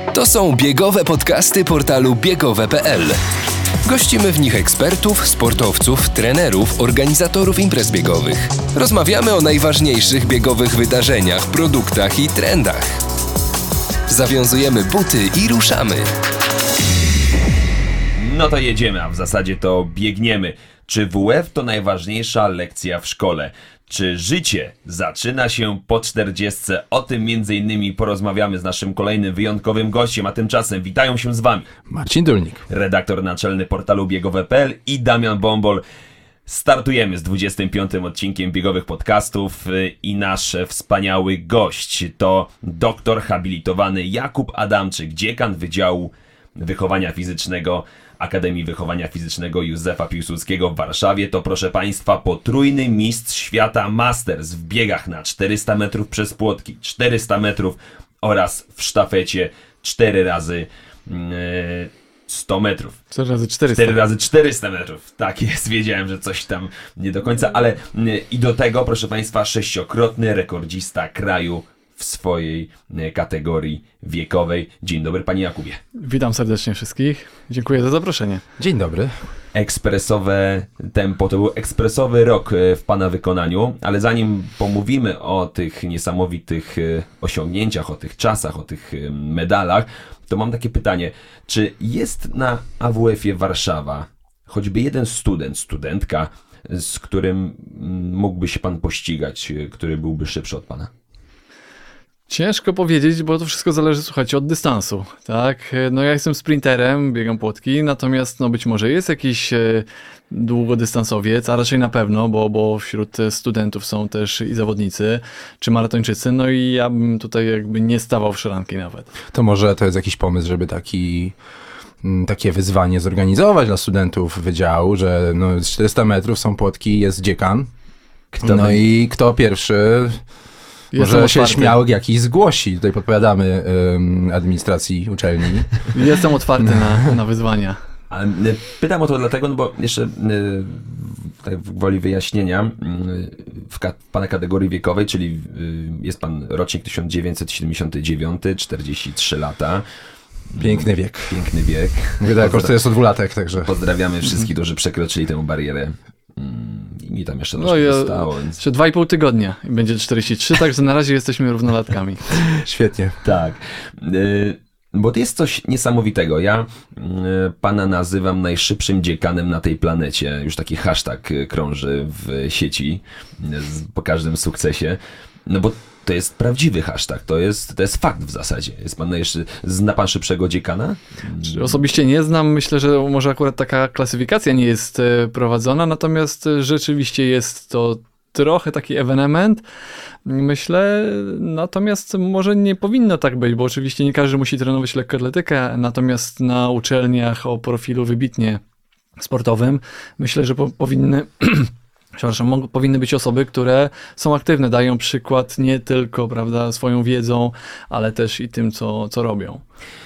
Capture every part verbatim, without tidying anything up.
To są biegowe podcasty portalu biegowe kropka pe el. Gościmy w nich ekspertów, sportowców, trenerów, organizatorów imprez biegowych. Rozmawiamy o najważniejszych biegowych wydarzeniach, produktach i trendach. Zawiązujemy buty i ruszamy. No to jedziemy, a w zasadzie to biegniemy. Czy W F to najważniejsza lekcja w szkole? Czy życie zaczyna się po czterdziestce? O tym między innymi porozmawiamy z naszym kolejnym wyjątkowym gościem, a tymczasem witają się z wami Marcin Dulnik, redaktor naczelny portalu biegowe kropka pe el i Damian Bombol. Startujemy z dwudziestym piątym odcinkiem biegowych podcastów i nasz wspaniały gość to doktor habilitowany Jakub Adamczyk, dziekan Wydziału Wychowania Fizycznego Akademii Wychowania Fizycznego Józefa Piłsudskiego w Warszawie. To, proszę Państwa, potrójny mistrz świata Masters w biegach na czterysta metrów przez płotki, czterysta metrów oraz w sztafecie cztery razy sto metrów. cztery razy czterysta. cztery razy czterysta metrów. Tak jest, wiedziałem, że coś tam nie do końca, ale i do tego, proszę Państwa, sześciokrotny rekordzista kraju w swojej kategorii wiekowej. Dzień dobry, Panie Jakubie. Witam serdecznie wszystkich. Dziękuję za zaproszenie. Dzień dobry. Ekspresowe tempo, to był ekspresowy rok w Pana wykonaniu, ale zanim pomówimy o tych niesamowitych osiągnięciach, o tych czasach, o tych medalach, to mam takie pytanie. Czy jest na A W F-ie Warszawa choćby jeden student, studentka, z którym mógłby się Pan pościgać, który byłby szybszy od Pana? Ciężko powiedzieć, bo to wszystko zależy, słuchajcie, od dystansu, tak? No ja jestem sprinterem, biegam płotki, natomiast no być może jest jakiś e, długodystansowiec, a raczej na pewno, bo, bo wśród studentów są też i zawodnicy, czy maratończycy, no i ja bym tutaj jakby nie stawał w szranki nawet. To może to jest jakiś pomysł, żeby taki, takie wyzwanie zorganizować dla studentów wydziału, że no czterysta metrów są płotki, jest dziekan, kto no by... i kto pierwszy... Jestem Może otwarty. Się śmiałek jakiś zgłosi. Tutaj podpowiadamy um, administracji uczelni. Jestem otwarty na, na wyzwania. Ale pytam o to dlatego, no bo jeszcze tak w gwoli wyjaśnienia, w, ka- w Pana kategorii wiekowej, czyli jest Pan rocznik tysiąc dziewięćset siedemdziesiąty dziewiąty, czterdzieści trzy lata. Piękny wiek. Piękny wiek. Wydaje się, że to jest o dwulatek, także. Pozdrawiamy wszystkich, którzy przekroczyli tę barierę. I mi tam jeszcze no troszkę zostało. Więc... Jeszcze dwa i pół tygodnia i będzie czterdzieści trzy, także na razie jesteśmy równolatkami. Świetnie. Tak. Y- bo to jest coś niesamowitego. Ja y- Pana nazywam najszybszym dziekanem na tej planecie. Już taki hashtag krąży w sieci y- po każdym sukcesie. No bo to jest prawdziwy hashtag, to jest, to jest fakt w zasadzie. Jest pan jeszcze, zna Pan szybszego dziekana? Osobiście nie znam, myślę, że może akurat taka klasyfikacja nie jest prowadzona, natomiast rzeczywiście jest to trochę taki ewenement, myślę, natomiast może nie powinno tak być, bo oczywiście nie każdy musi trenować lekkoatletykę, natomiast na uczelniach o profilu wybitnie sportowym myślę, że po, powinny... Przepraszam, powinny być osoby, które są aktywne, dają przykład nie tylko, prawda, swoją wiedzą, ale też i tym, co, co robią.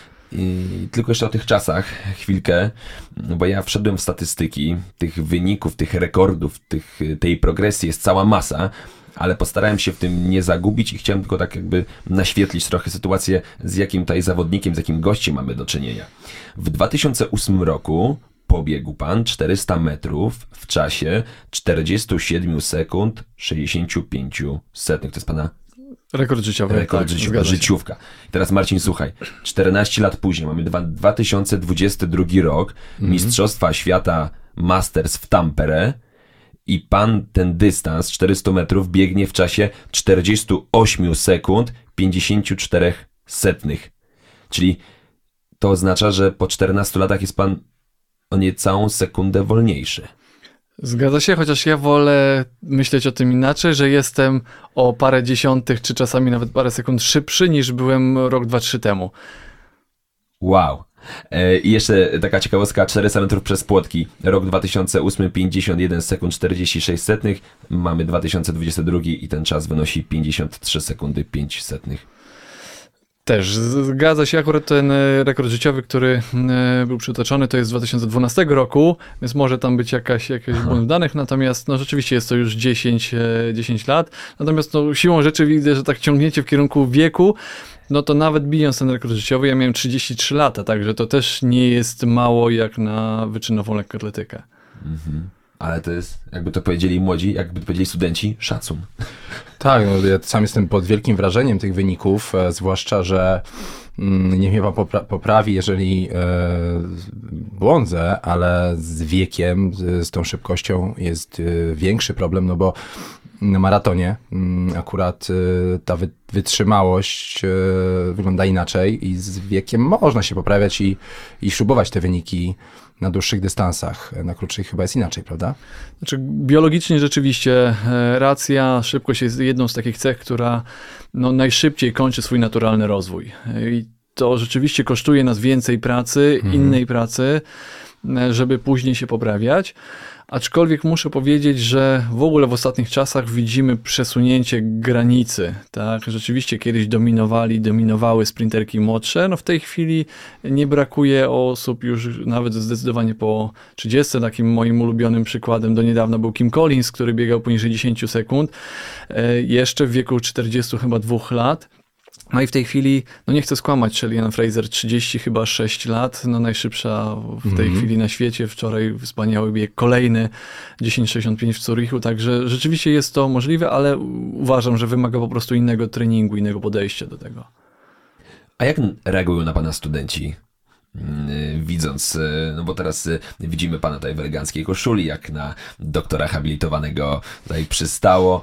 I tylko jeszcze o tych czasach chwilkę, bo ja wszedłem w statystyki, tych wyników, tych rekordów, tych, tej progresji jest cała masa, ale postarałem się w tym nie zagubić i chciałem tylko tak jakby naświetlić trochę sytuację, z jakim tutaj zawodnikiem, z jakim gościem mamy do czynienia. W dwa tysiące ósmym roku pobiegł Pan czterysta metrów w czasie czterdzieści siedem sekund sześćdziesiąt pięć setnych. To jest Pana rekord życiowy. Rekord tak, życiowy, życiówka. I teraz Marcin, słuchaj, czternaście lat później, mamy dwa tysiące dwudziesty drugi rok, mhm. Mistrzostwa Świata Masters w Tampere i Pan ten dystans czterysta metrów biegnie w czasie czterdzieści osiem sekund pięćdziesiąt cztery setnych. Czyli to oznacza, że po czternastu latach jest Pan o niecałą sekundę wolniejszy. Zgadza się, chociaż ja wolę myśleć o tym inaczej, że jestem o parę dziesiątych, czy czasami nawet parę sekund szybszy niż byłem rok, dwa, trzy temu. Wow. I jeszcze taka ciekawostka, czterysta metrów przez płotki. Rok dwa tysiące ósmy, pięćdziesiąt jeden sekund czterdzieści sześć setnych. Mamy dwa tysiące dwudziesty drugi i ten czas wynosi pięćdziesiąt trzy sekundy pięć setnych. Też zgadza się, akurat ten rekord życiowy, który był przytoczony, to jest z dwa tysiące dwunastego roku, więc może tam być jakaś, jakaś błąd w danych, natomiast no rzeczywiście jest to już dziesięć, dziesięć lat, natomiast no, siłą rzeczy widzę, że tak ciągnięcie w kierunku wieku, no to nawet bijąc ten rekord życiowy, ja miałem trzydzieści trzy lata, także to też nie jest mało jak na wyczynową lekkoatletykę. Mhm. Ale to jest, jakby to powiedzieli młodzi, jakby to powiedzieli studenci, szacun. Tak, no ja sam jestem pod wielkim wrażeniem tych wyników, e, zwłaszcza, że mm, niech mnie pan popra- poprawi, jeżeli e, błądzę, ale z wiekiem, z, z tą szybkością jest e, większy problem, no bo na maratonie mm, akurat e, ta wy- wytrzymałość e, wygląda inaczej i z wiekiem można się poprawiać i, i śrubować te wyniki na dłuższych dystansach, na krótszych chyba jest inaczej, prawda? Znaczy, biologicznie rzeczywiście e, racja, szybkość jest jedną z takich cech, która no, najszybciej kończy swój naturalny rozwój. E, I to rzeczywiście kosztuje nas więcej pracy, mhm. innej pracy, e, żeby później się poprawiać. Aczkolwiek muszę powiedzieć, że w ogóle w ostatnich czasach widzimy przesunięcie granicy. Tak? Rzeczywiście kiedyś dominowali, dominowały sprinterki młodsze. No w tej chwili nie brakuje osób już nawet zdecydowanie po trzydziestu. Takim moim ulubionym przykładem do niedawna był Kim Collins, który biegał poniżej dziesięć sekund. E, jeszcze w wieku czterdziestu chyba dwóch lat. No i w tej chwili, no nie chcę skłamać, Shelly-Ann Fraser trzydzieści chyba sześć lat, no najszybsza w tej mm-hmm. chwili na świecie. Wczoraj wspaniały bieg kolejny, dziesięć sześćdziesiąt pięć w Zurichu, także rzeczywiście jest to możliwe, ale uważam, że wymaga po prostu innego treningu, innego podejścia do tego. A jak reagują na pana studenci? Widząc, no bo teraz widzimy pana tutaj w eleganckiej koszuli, jak na doktora habilitowanego tutaj przystało,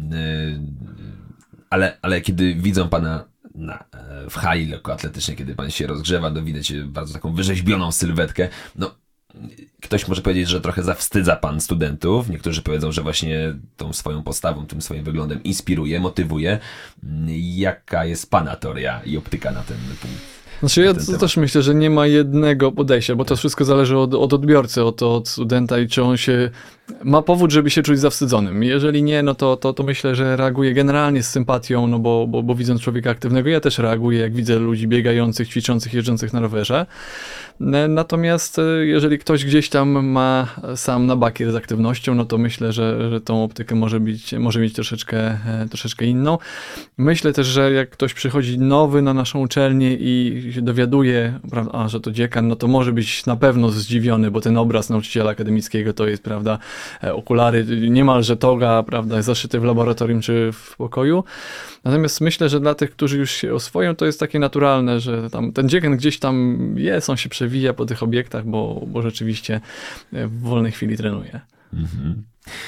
ale, ale kiedy widzą pana na, w hali lekkoatletycznej, kiedy pan się rozgrzewa, no widać bardzo taką wyrzeźbioną sylwetkę, no ktoś może powiedzieć, że trochę zawstydza pan studentów, niektórzy powiedzą, że właśnie tą swoją postawą, tym swoim wyglądem inspiruje, motywuje. Jaka jest pana teoria i optyka na ten punkt? Znaczy ja to też myślę, że nie ma jednego podejścia, bo to wszystko zależy od, od odbiorcy, od, od studenta i czy on się ma powód, żeby się czuć zawstydzonym. Jeżeli nie, no to, to, to myślę, że reaguje generalnie z sympatią, no bo, bo, bo widząc człowieka aktywnego, ja też reaguję, jak widzę ludzi biegających, ćwiczących, jeżdżących na rowerze. Natomiast jeżeli ktoś gdzieś tam ma sam na bakier z aktywnością, no to myślę, że, że tą optykę może być, może mieć troszeczkę, troszeczkę inną. Myślę też, że jak ktoś przychodzi nowy na naszą uczelnię i się dowiaduje, prawda, a, że to dziekan, no to może być na pewno zdziwiony, bo ten obraz nauczyciela akademickiego to jest, prawda, okulary, niemalże toga, prawda, zaszyty w laboratorium czy w pokoju. Natomiast myślę, że dla tych, którzy już się oswoją, to jest takie naturalne, że tam ten dziekan gdzieś tam jest, on się przewija po tych obiektach, bo, bo rzeczywiście w wolnej chwili trenuje. Mhm.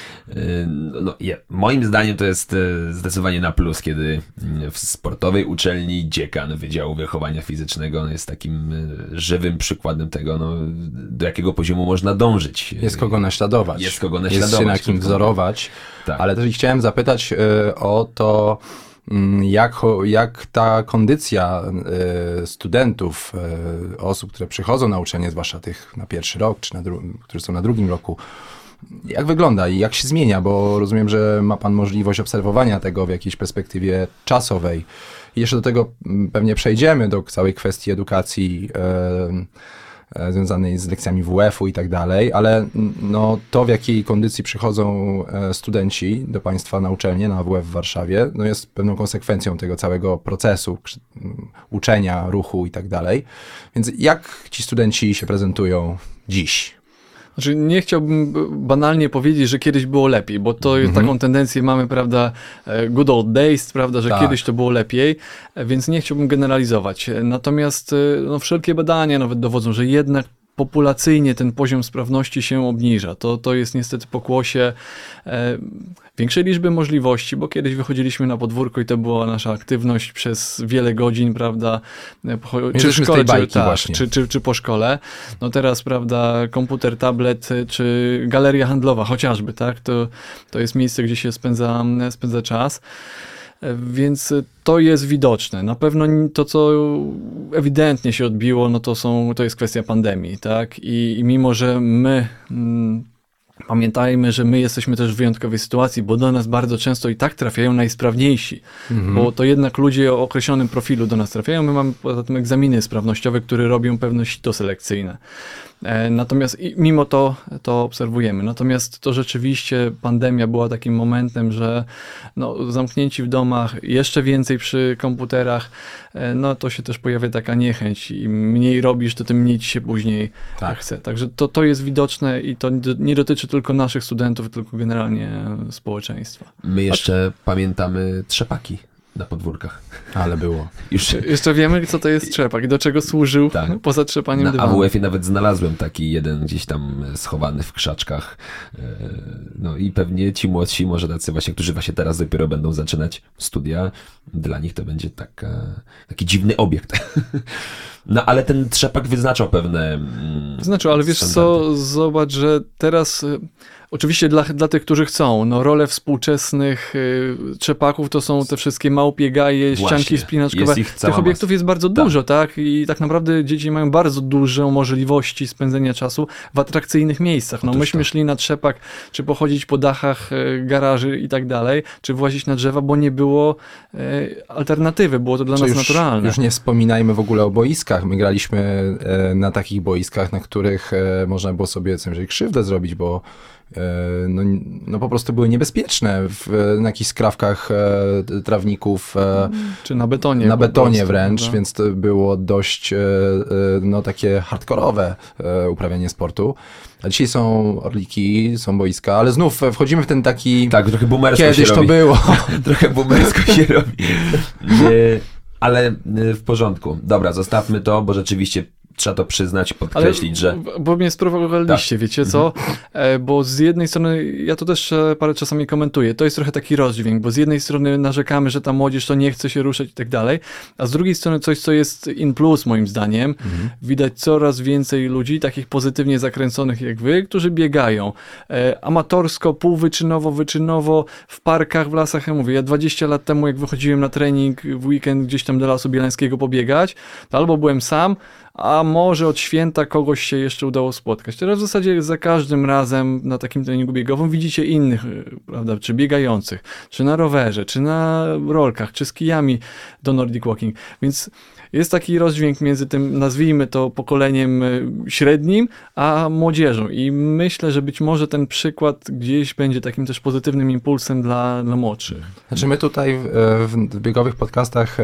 No, ja, moim zdaniem to jest zdecydowanie na plus, kiedy w sportowej uczelni dziekan Wydziału Wychowania Fizycznego jest takim żywym przykładem tego, no, do jakiego poziomu można dążyć. Jest kogo naśladować. Jest kogo naśladować. Jest się na kim wzorować. Tak. Ale też chciałem zapytać y, o to, Jak, jak ta kondycja y, studentów, y, osób, które przychodzą na uczelnię, zwłaszcza tych na pierwszy rok, czy na dru- którzy są na drugim roku, jak wygląda i jak się zmienia, bo rozumiem, że ma pan możliwość obserwowania tego w jakiejś perspektywie czasowej. I jeszcze do tego pewnie przejdziemy, do całej kwestii edukacji y, związanej z lekcjami W F-u i tak dalej, ale no, to w jakiej kondycji przychodzą studenci do państwa na uczelnię, na W F w Warszawie, no jest pewną konsekwencją tego całego procesu uczenia, ruchu i tak dalej. Więc jak ci studenci się prezentują dziś? Znaczy, nie chciałbym banalnie powiedzieć, że kiedyś było lepiej, bo to mm-hmm. taką tendencję mamy, prawda, good old days, prawda, że tak. kiedyś to było lepiej, więc nie chciałbym generalizować. Natomiast no, wszelkie badania nawet dowodzą, że jednak populacyjnie ten poziom sprawności się obniża. To, to jest niestety pokłosie e, większej liczby możliwości, bo kiedyś wychodziliśmy na podwórko i to była nasza aktywność przez wiele godzin, prawda, po, czy w szkole, czy, tak, czy, czy, czy po szkole. No teraz, prawda, komputer, tablet, czy galeria handlowa chociażby, tak, to, to jest miejsce, gdzie się spędza, spędza czas. Więc to jest widoczne. Na pewno to, co ewidentnie się odbiło, no to są, to jest kwestia pandemii, tak? I, i mimo, że my mm, Pamiętajmy, że my jesteśmy też w wyjątkowej sytuacji, bo do nas bardzo często i tak trafiają najsprawniejsi, mhm. bo to jednak ludzie o określonym profilu do nas trafiają. My mamy poza tym egzaminy sprawnościowe, które robią pewne sito selekcyjne. Natomiast i mimo to to obserwujemy. Natomiast to rzeczywiście pandemia była takim momentem, że no, zamknięci w domach, jeszcze więcej przy komputerach, no to się też pojawia taka niechęć. Im mniej robisz, to tym mniej ci się później tak. chce. Także to, to jest widoczne i to nie dotyczy tylko naszych studentów, tylko generalnie społeczeństwa. My jeszcze A... pamiętamy trzepaki na podwórkach. Ale było. Już... Jeszcze wiemy, co to jest trzepak i do czego służył tak. poza trzepaniem na dywanu. Na A W F-ie nawet znalazłem taki jeden gdzieś tam schowany w krzaczkach. No i pewnie ci młodsi, może tacy właśnie, którzy właśnie teraz dopiero będą zaczynać studia, dla nich to będzie taka, taki dziwny obiekt. No ale ten trzepak wyznaczał pewne Znaczy, ale wiesz standardy. Co, zobacz, że teraz oczywiście dla, dla tych, którzy chcą, no role współczesnych y, trzepaków to są te wszystkie małpie, gaje, Właśnie. ścianki spinaczkowe. Tych obiektów masa. jest bardzo tak. dużo, tak? I tak naprawdę dzieci mają bardzo dużą możliwości spędzenia czasu w atrakcyjnych miejscach. No Otóż myśmy to. szli na trzepak, czy pochodzić po dachach y, garaży i tak dalej, czy włazić na drzewa, bo nie było y, alternatywy, było to dla czy nas już, naturalne. Już nie wspominajmy w ogóle o boiskach. My graliśmy e, na takich boiskach, na których e, można było sobie co najmniej krzywdę zrobić, bo No, no po prostu były niebezpieczne w, na jakichś skrawkach e, trawników. E, Czy na betonie. Na betonie prostu, wręcz, prawda? Więc to było dość e, no takie hardkorowe e, uprawianie sportu. A dzisiaj są orliki, są boiska, ale znów wchodzimy w ten taki... Tak, trochę boomersko Kiedyś się to robi. było. Trochę boomersko się robi. Nie, ale w porządku. Dobra, zostawmy to, bo rzeczywiście trzeba to przyznać, podkreślić, Ale, że... Bo mnie sprowokowaliście, tak. wiecie co? E, bo z jednej strony, ja to też parę czasami komentuję, to jest trochę taki rozdźwięk, bo z jednej strony narzekamy, że ta młodzież to nie chce się ruszać i tak dalej, a z drugiej strony coś, co jest in plus moim zdaniem, mhm. widać coraz więcej ludzi, takich pozytywnie zakręconych jak wy, którzy biegają e, amatorsko, półwyczynowo, wyczynowo, w parkach, w lasach. Ja mówię, ja dwadzieścia lat temu, jak wychodziłem na trening w weekend gdzieś tam do Lasu Bielańskiego pobiegać, to albo byłem sam, a może od święta kogoś się jeszcze udało spotkać. Teraz w zasadzie za każdym razem na takim treningu biegowym widzicie innych, prawda, czy biegających, czy na rowerze, czy na rolkach, czy z kijami do Nordic Walking. Więc jest taki rozdźwięk między tym, nazwijmy to, pokoleniem średnim, a młodzieżą. I myślę, że być może ten przykład gdzieś będzie takim też pozytywnym impulsem dla, dla młodszych. Znaczy my tutaj w, w biegowych podcastach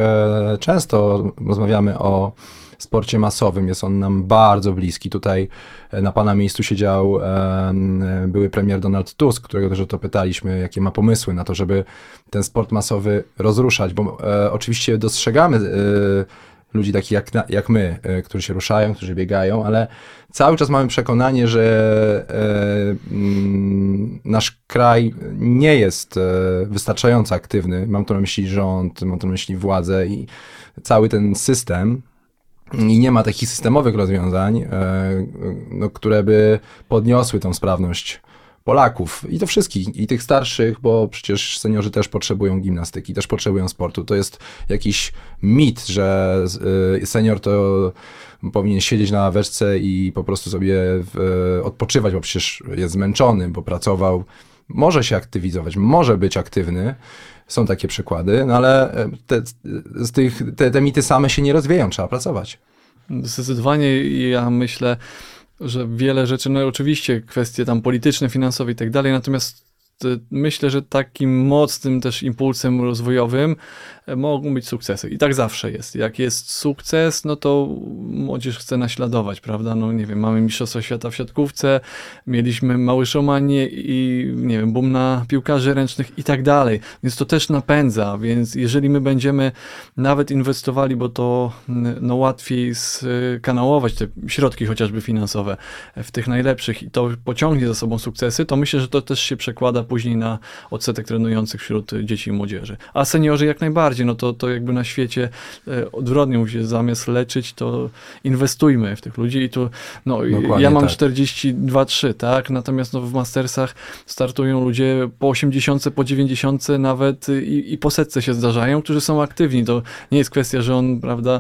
często rozmawiamy o sporcie masowym, jest on nam bardzo bliski. Tutaj na pana miejscu siedział e, były premier Donald Tusk, którego też o to pytaliśmy, jakie ma pomysły na to, żeby ten sport masowy rozruszać, bo e, oczywiście dostrzegamy e, ludzi takich jak, jak my, e, którzy się ruszają, którzy biegają, ale cały czas mamy przekonanie, że e, m, nasz kraj nie jest e, wystarczająco aktywny. Mam tu na myśli rząd, mam tu na myśli władzę i cały ten system. I nie ma takich systemowych rozwiązań, no, które by podniosły tą sprawność Polaków. I to wszystkich, i tych starszych, bo przecież seniorzy też potrzebują gimnastyki, też potrzebują sportu. To jest jakiś mit, że senior to powinien siedzieć na ławeczce i po prostu sobie odpoczywać, bo przecież jest zmęczony, bo pracował. Może się aktywizować, może być aktywny. Są takie przykłady, no ale te, z tych, te, te mity same się nie rozwieją, trzeba pracować. Zdecydowanie ja myślę, że wiele rzeczy, no oczywiście kwestie tam polityczne, finansowe i tak dalej, natomiast myślę, że takim mocnym też impulsem rozwojowym mogą być sukcesy. I tak zawsze jest. Jak jest sukces, no to młodzież chce naśladować, prawda? No nie wiem, mamy Mistrzostwa Świata w siatkówce, mieliśmy Mały Szumanie i nie wiem, boom na piłkarzy ręcznych i tak dalej. Więc to też napędza, więc jeżeli my będziemy nawet inwestowali, bo to no łatwiej skanałować te środki chociażby finansowe w tych najlepszych i to pociągnie za sobą sukcesy, to myślę, że to też się przekłada później na odsetek trenujących wśród dzieci i młodzieży. A seniorzy jak najbardziej, no to, to jakby na świecie e, odwrotnie mówi, zamiast leczyć, to inwestujmy w tych ludzi i tu, no Dokładnie ja mam tak. czterdzieści dwa trzy, tak, natomiast no w mastersach startują ludzie po osiemdziesiątce, po dziewięćdziesiątce nawet i, i po setce się zdarzają, którzy są aktywni. To nie jest kwestia, że on, prawda,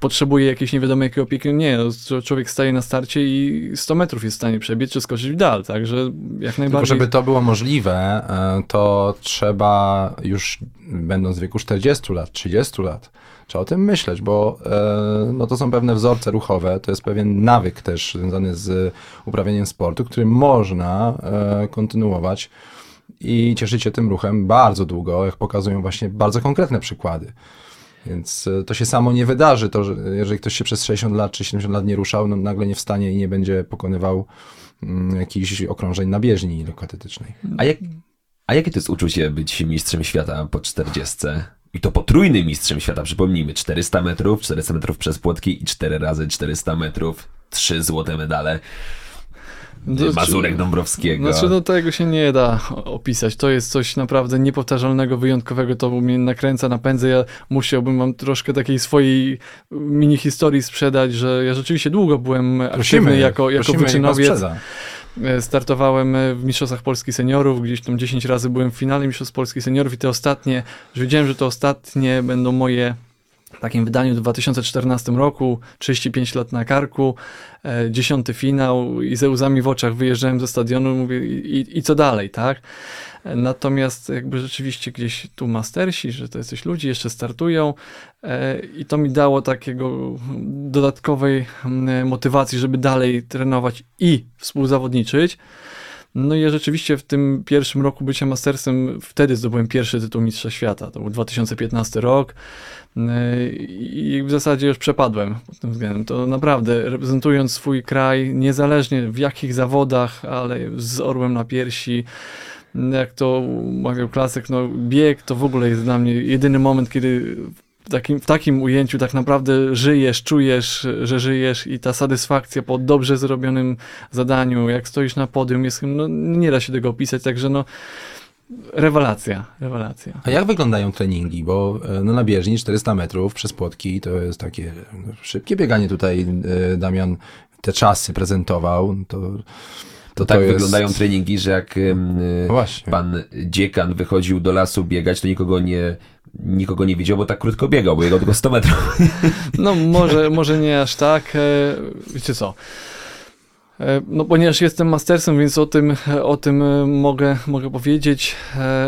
potrzebuje jakiejś nie wiadomo jakiej opieki. Nie, no, człowiek staje na starcie i sto metrów jest w stanie przebiec, czy skoczyć w dal, także jak najbardziej... Tylko żeby to było możliwe, to trzeba już, będąc w wieku czterdziestu lat, trzydziestu lat, trzeba o tym myśleć, bo no, to są pewne wzorce ruchowe, to jest pewien nawyk też związany z uprawianiem sportu, który można kontynuować i cieszyć się tym ruchem bardzo długo, jak pokazują właśnie bardzo konkretne przykłady. Więc to się samo nie wydarzy, to, że jeżeli ktoś się przez sześćdziesiąt lat czy siedemdziesiąt lat nie ruszał, no nagle nie wstanie i nie będzie pokonywał mm, jakichś okrążeń na bieżni lekkoatletycznej. A, jak, a jakie to jest uczucie być mistrzem świata po czterdziestce? I to potrójnym mistrzem świata, przypomnijmy, czterysta metrów, czterysta metrów przez płotki i cztery razy czterysta metrów, trzy złote medale. No, Mazurek Dąbrowskiego. Znaczy, no tego się nie da opisać. To jest coś naprawdę niepowtarzalnego, wyjątkowego. To mnie nakręca, napędza. Ja musiałbym wam troszkę takiej swojej mini historii sprzedać, że ja rzeczywiście długo byłem prosimy, aktywny jako, jako prosimy, wyczynowiec. Startowałem w Mistrzostwach Polski Seniorów, gdzieś tam dziesięć razy byłem w finale Mistrzostw Polski Seniorów i te ostatnie, że wiedziałem, że to ostatnie będą moje w takim wydaniu w dwa tysiące czternastym roku, trzydzieści pięć lat na karku, e, dziesiąty finał i ze łzami w oczach wyjeżdżałem ze stadionu, mówię i, i co dalej, tak? Natomiast jakby rzeczywiście gdzieś tu mastersi, że to jesteś ludzi, jeszcze startują e, i to mi dało takiego dodatkowej motywacji, żeby dalej trenować i współzawodniczyć. No i ja rzeczywiście w tym pierwszym roku bycia mastersem, wtedy zdobyłem pierwszy tytuł mistrza świata. To był dwa tysiące piętnasty rok i w zasadzie już przepadłem pod tym względem. To naprawdę reprezentując swój kraj, niezależnie w jakich zawodach, ale z orłem na piersi, jak to mawiał klasyk, no bieg to w ogóle jest dla mnie jedyny moment, kiedy w takim, w takim ujęciu tak naprawdę żyjesz, czujesz, że żyjesz i ta satysfakcja po dobrze zrobionym zadaniu, jak stoisz na podium, jest, no nie da się tego opisać, także no rewelacja, rewelacja. A jak wyglądają treningi? Bo no, na bieżni czterysta metrów przez płotki to jest takie no, szybkie bieganie tutaj. Damian te czasy prezentował, to To, to tak jest... wyglądają treningi, że jak no pan dziekan wychodził do lasu biegać, to nikogo nie, nikogo nie widział, bo tak krótko biegał, bo jego tylko sto metrów. No może, może nie aż tak. Wiecie co? No ponieważ jestem mastersem, więc o tym, o tym mogę, mogę powiedzieć.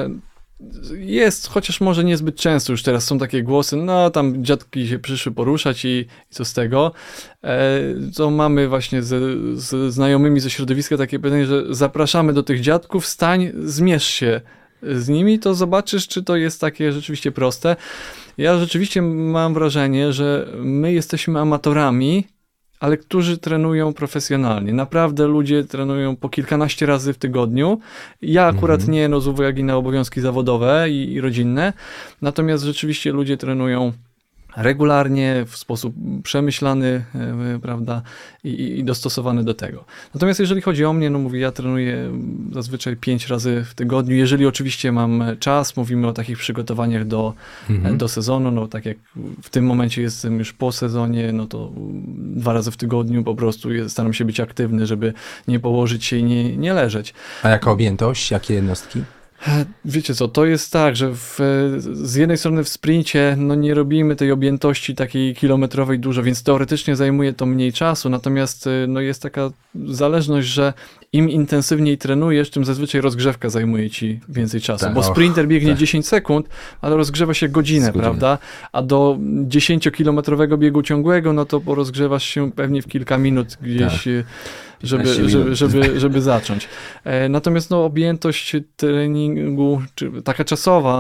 Jest, chociaż może niezbyt często już teraz są takie głosy, no tam dziadki się przyszły poruszać i, i co z tego. E, to mamy właśnie z, z znajomymi ze środowiska takie pytanie, że zapraszamy do tych dziadków, stań, zmierz się z nimi, to zobaczysz, czy to jest takie rzeczywiście proste. Ja rzeczywiście mam wrażenie, że my jesteśmy amatorami, ale którzy trenują profesjonalnie. Naprawdę ludzie trenują po kilkanaście razy w tygodniu. Ja akurat mhm. nie, no z uwagi na obowiązki zawodowe i, i rodzinne. Natomiast rzeczywiście ludzie trenują regularnie, w sposób przemyślany, e, prawda, i, i dostosowany do tego. Natomiast jeżeli chodzi o mnie, no mówię, ja trenuję zazwyczaj pięć razy w tygodniu, jeżeli oczywiście mam czas, mówimy o takich przygotowaniach do, mhm. do sezonu, no tak jak w tym momencie jestem już po sezonie, no to dwa razy w tygodniu po prostu staram się być aktywny, żeby nie położyć się i nie, nie leżeć. A jaka objętość? Jakie jednostki? Wiecie co, to jest tak, że w, z jednej strony w sprincie no nie robimy tej objętości takiej kilometrowej dużo, więc teoretycznie zajmuje to mniej czasu, natomiast no jest taka zależność, że im intensywniej trenujesz, tym zazwyczaj rozgrzewka zajmuje ci więcej czasu, tak, bo sprinter biegnie tak. dziesięć sekund, ale rozgrzewa się godzinę, prawda? A do dziesięciokilometrowego biegu ciągłego, no to porozgrzewasz się pewnie w kilka minut gdzieś, tak. żeby, żeby, żeby, żeby zacząć. Natomiast no objętość treningu, czy taka czasowa,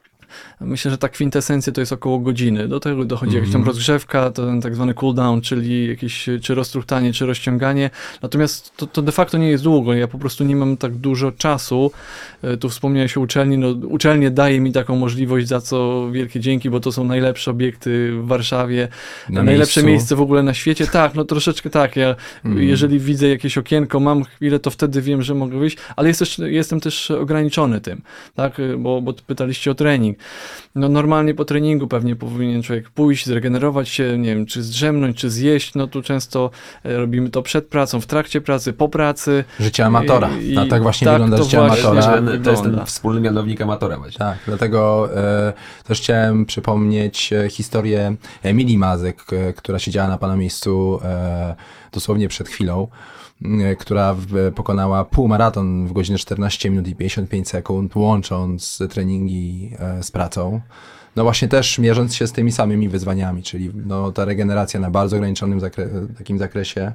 myślę, że ta kwintesencja to jest około godziny. Do tego dochodzi mm-hmm. jakaś tam rozgrzewka, to ten tak zwany cool down, czyli jakieś czy roztruchtanie, czy rozciąganie. Natomiast to, to de facto nie jest długo. Ja po prostu nie mam tak dużo czasu. Tu wspomniałeś o uczelni. No, uczelnie daje mi taką możliwość, za co wielkie dzięki, bo to są najlepsze obiekty w Warszawie. Na najlepsze miejscu. miejsce w ogóle na świecie. Tak, no troszeczkę tak. Ja, mm. Jeżeli widzę jakieś okienko, mam chwilę, to wtedy wiem, że mogę wyjść, ale jest też, jestem też ograniczony tym, tak, bo, bo pytaliście o trening. No normalnie po treningu pewnie powinien człowiek pójść, zregenerować się, nie wiem, czy zdrzemnąć, czy zjeść. No tu często robimy to przed pracą, w trakcie pracy, po pracy. Życie amatora. I, no, tak właśnie tak wygląda to życie właśnie amatora. To jest ten wspólny mianownik amatora właśnie. Tak, dlatego e, też chciałem przypomnieć e, historię Emilii Mazek, e, która siedziała na pana miejscu e, dosłownie przed chwilą, e, która w, pokonała półmaraton w godzinę czternaście minut i pięćdziesiąt pięć sekund, łącząc treningi e, z pracą. No właśnie też mierząc się z tymi samymi wyzwaniami, czyli no, ta regeneracja na bardzo ograniczonym zakre- takim zakresie.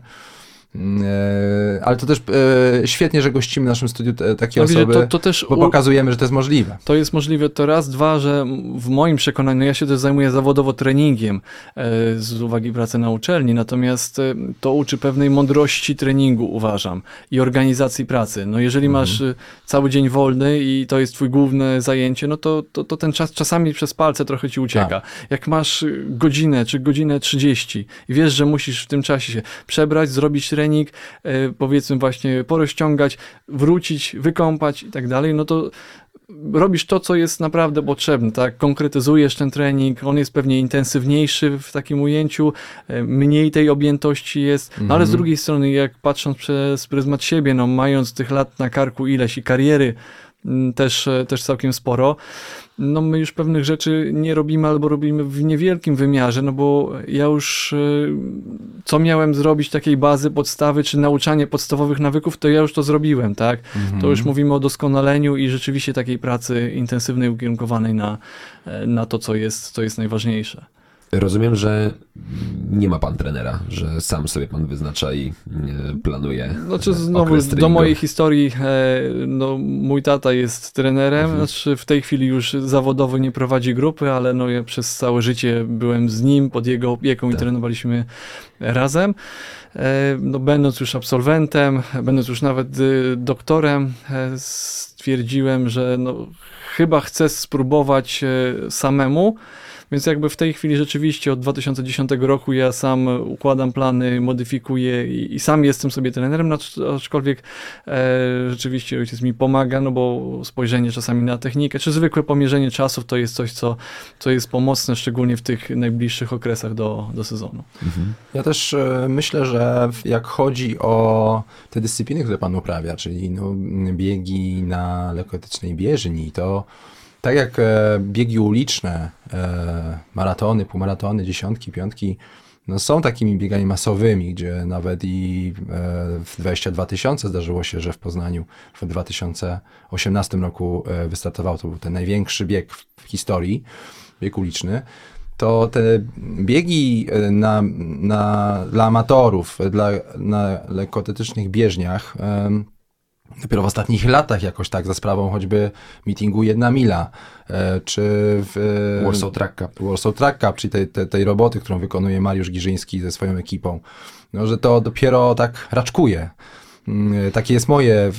E, ale to też e, świetnie, że gościmy w naszym studiu te, takie no, osoby, wiecie, to, to też bo pokazujemy, że to jest możliwe. To jest możliwe, to raz, dwa, że w moim przekonaniu, ja się też zajmuję zawodowo treningiem e, z uwagi pracy na uczelni, natomiast e, to uczy pewnej mądrości treningu, uważam, i organizacji pracy. No jeżeli mhm. masz e, cały dzień wolny i to jest twój główne zajęcie, no to, to, to ten czas czasami przez palce trochę ci ucieka. Tak. Jak masz godzinę czy godzinę trzydzieści i wiesz, że musisz w tym czasie się przebrać, zrobić trening, e, powiedzmy właśnie porozciągać, wrócić, wykąpać i tak dalej, no to robisz to, co jest naprawdę potrzebne, tak? Konkretyzujesz ten trening, on jest pewnie intensywniejszy w takim ujęciu, e, mniej tej objętości jest, no ale z drugiej strony, jak patrząc przez pryzmat siebie, no mając tych lat na karku ileś i kariery m, też, też całkiem sporo, no my już pewnych rzeczy nie robimy albo robimy w niewielkim wymiarze, no bo ja już co miałem zrobić takiej bazy, podstawy, czy nauczanie podstawowych nawyków, to ja już to zrobiłem, tak? Mhm. To już mówimy o doskonaleniu i rzeczywiście takiej pracy intensywnej, ukierunkowanej na, na to, co jest, co jest najważniejsze. Rozumiem, że nie ma pan trenera, że sam sobie pan wyznacza i planuje. Znaczy znowu do mojej historii, no mój tata jest trenerem, mhm. znaczy w tej chwili już zawodowo nie prowadzi grupy, ale no ja przez całe życie byłem z nim, pod jego opieką tak. i trenowaliśmy razem. No będąc już absolwentem, będąc już nawet doktorem, stwierdziłem, że no chyba chcę spróbować samemu. Więc jakby w tej chwili rzeczywiście od dwa tysiące dziesiątego roku ja sam układam plany, modyfikuję i, i sam jestem sobie trenerem, aczkolwiek e, rzeczywiście ojciec mi pomaga, no bo spojrzenie czasami na technikę, czy zwykłe pomierzenie czasów to jest coś, co, co jest pomocne, szczególnie w tych najbliższych okresach do, do sezonu. Mhm. Ja też e, myślę, że jak chodzi o te dyscypliny, które pan uprawia, czyli no, biegi na lekkoatletycznej bieżni, to tak jak e, biegi uliczne, e, maratony, półmaratony, dziesiątki, piątki, no są takimi biegami masowymi, gdzie nawet i e, w dwadzieścia dwa tysiące zdarzyło się, że w Poznaniu w dwa tysiące osiemnastym roku e, wystartował, to był ten największy bieg w, w historii, bieg uliczny. To te biegi na, na, dla amatorów, dla, na lekkoatletycznych bieżniach, e, dopiero w ostatnich latach jakoś tak za sprawą choćby meetingu Jedna Mila, e, czy w Warsaw Track Cup, Warsaw Track Cup, czyli tej, tej, tej roboty, którą wykonuje Mariusz Giżyński ze swoją ekipą, no, że to dopiero tak raczkuje. Takie jest moje e,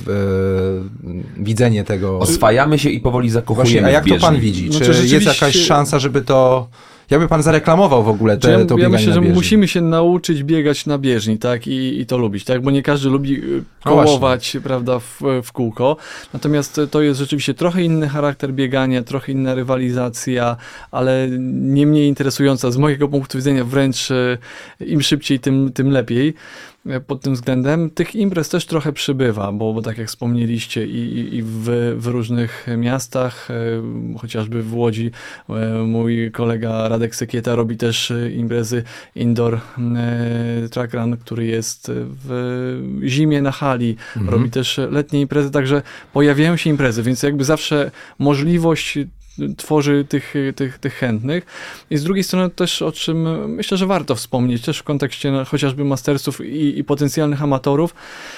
widzenie tego. Oswajamy się i powoli zakochujemy. Właśnie, a jak w bieżni. to pan widzi? No, czy czy rzeczywiście... jest jakaś szansa, żeby to... Jakby pan zareklamował w ogóle te, ja, to ja bieganie myślę, na że bieżni? musimy się nauczyć biegać na bieżni, tak? I, i to lubić, tak? Bo nie każdy lubi kołować, no prawda, w, w kółko. Natomiast to jest rzeczywiście trochę inny charakter biegania, trochę inna rywalizacja, ale nie mniej interesująca z mojego punktu widzenia, wręcz im szybciej, tym, tym lepiej. Pod tym względem tych imprez też trochę przybywa, bo, bo tak jak wspomnieliście i, i w, w różnych miastach, e, chociażby w Łodzi e, mój kolega Radek Sekieta robi też imprezy indoor e, track run, który jest w zimie na hali, mhm. robi też letnie imprezy, także pojawiają się imprezy, więc jakby zawsze możliwość tworzy tych, tych, tych chętnych. I z drugiej strony też, o czym myślę, że warto wspomnieć, też w kontekście no, chociażby mastersów i, i potencjalnych amatorów,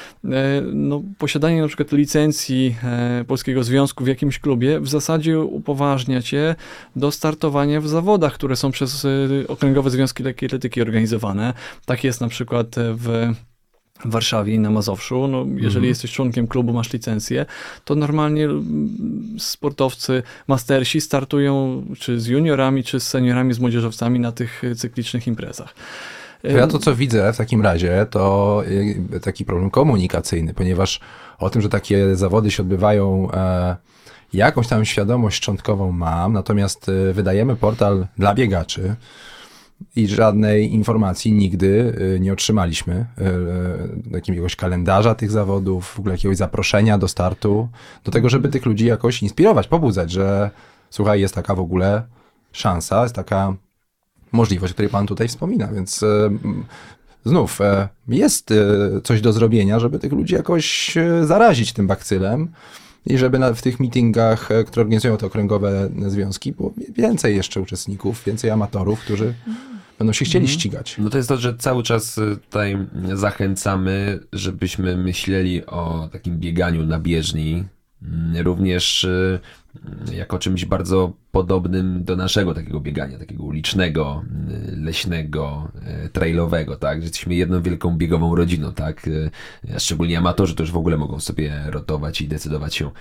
no, posiadanie na przykład licencji e, Polskiego Związku w jakimś klubie w zasadzie upoważnia cię do startowania w zawodach, które są przez e, Okręgowe Związki Lekkiej Atletyki organizowane. Tak jest na przykład w w Warszawie i na Mazowszu. No, jeżeli mhm. jesteś członkiem klubu, masz licencję, to normalnie sportowcy, mastersi startują czy z juniorami, czy z seniorami, z młodzieżowcami na tych cyklicznych imprezach. To ja to, co widzę w takim razie, to taki problem komunikacyjny, ponieważ o tym, że takie zawody się odbywają, e, jakąś tam świadomość szczątkową mam, natomiast y, wydajemy portal dla biegaczy i żadnej informacji nigdy y, nie otrzymaliśmy, y, jakiegoś kalendarza tych zawodów, w ogóle jakiegoś zaproszenia do startu, do tego, żeby tych ludzi jakoś inspirować, pobudzać, że słuchaj, jest taka w ogóle szansa, jest taka możliwość, o której pan tutaj wspomina, więc y, znów y, jest y, coś do zrobienia, żeby tych ludzi jakoś y, zarazić tym bakcylem i żeby na, w tych meetingach, które organizują te okręgowe związki, było więcej jeszcze uczestników, więcej amatorów, którzy będą się chcieli ścigać. No to jest to, że cały czas tutaj zachęcamy, żebyśmy myśleli o takim bieganiu na bieżni, również jako czymś bardzo podobnym do naszego takiego biegania, takiego ulicznego, leśnego, trailowego, tak? Że jesteśmy jedną wielką biegową rodziną, tak? A szczególnie amatorzy to już w ogóle mogą sobie rotować i decydować się,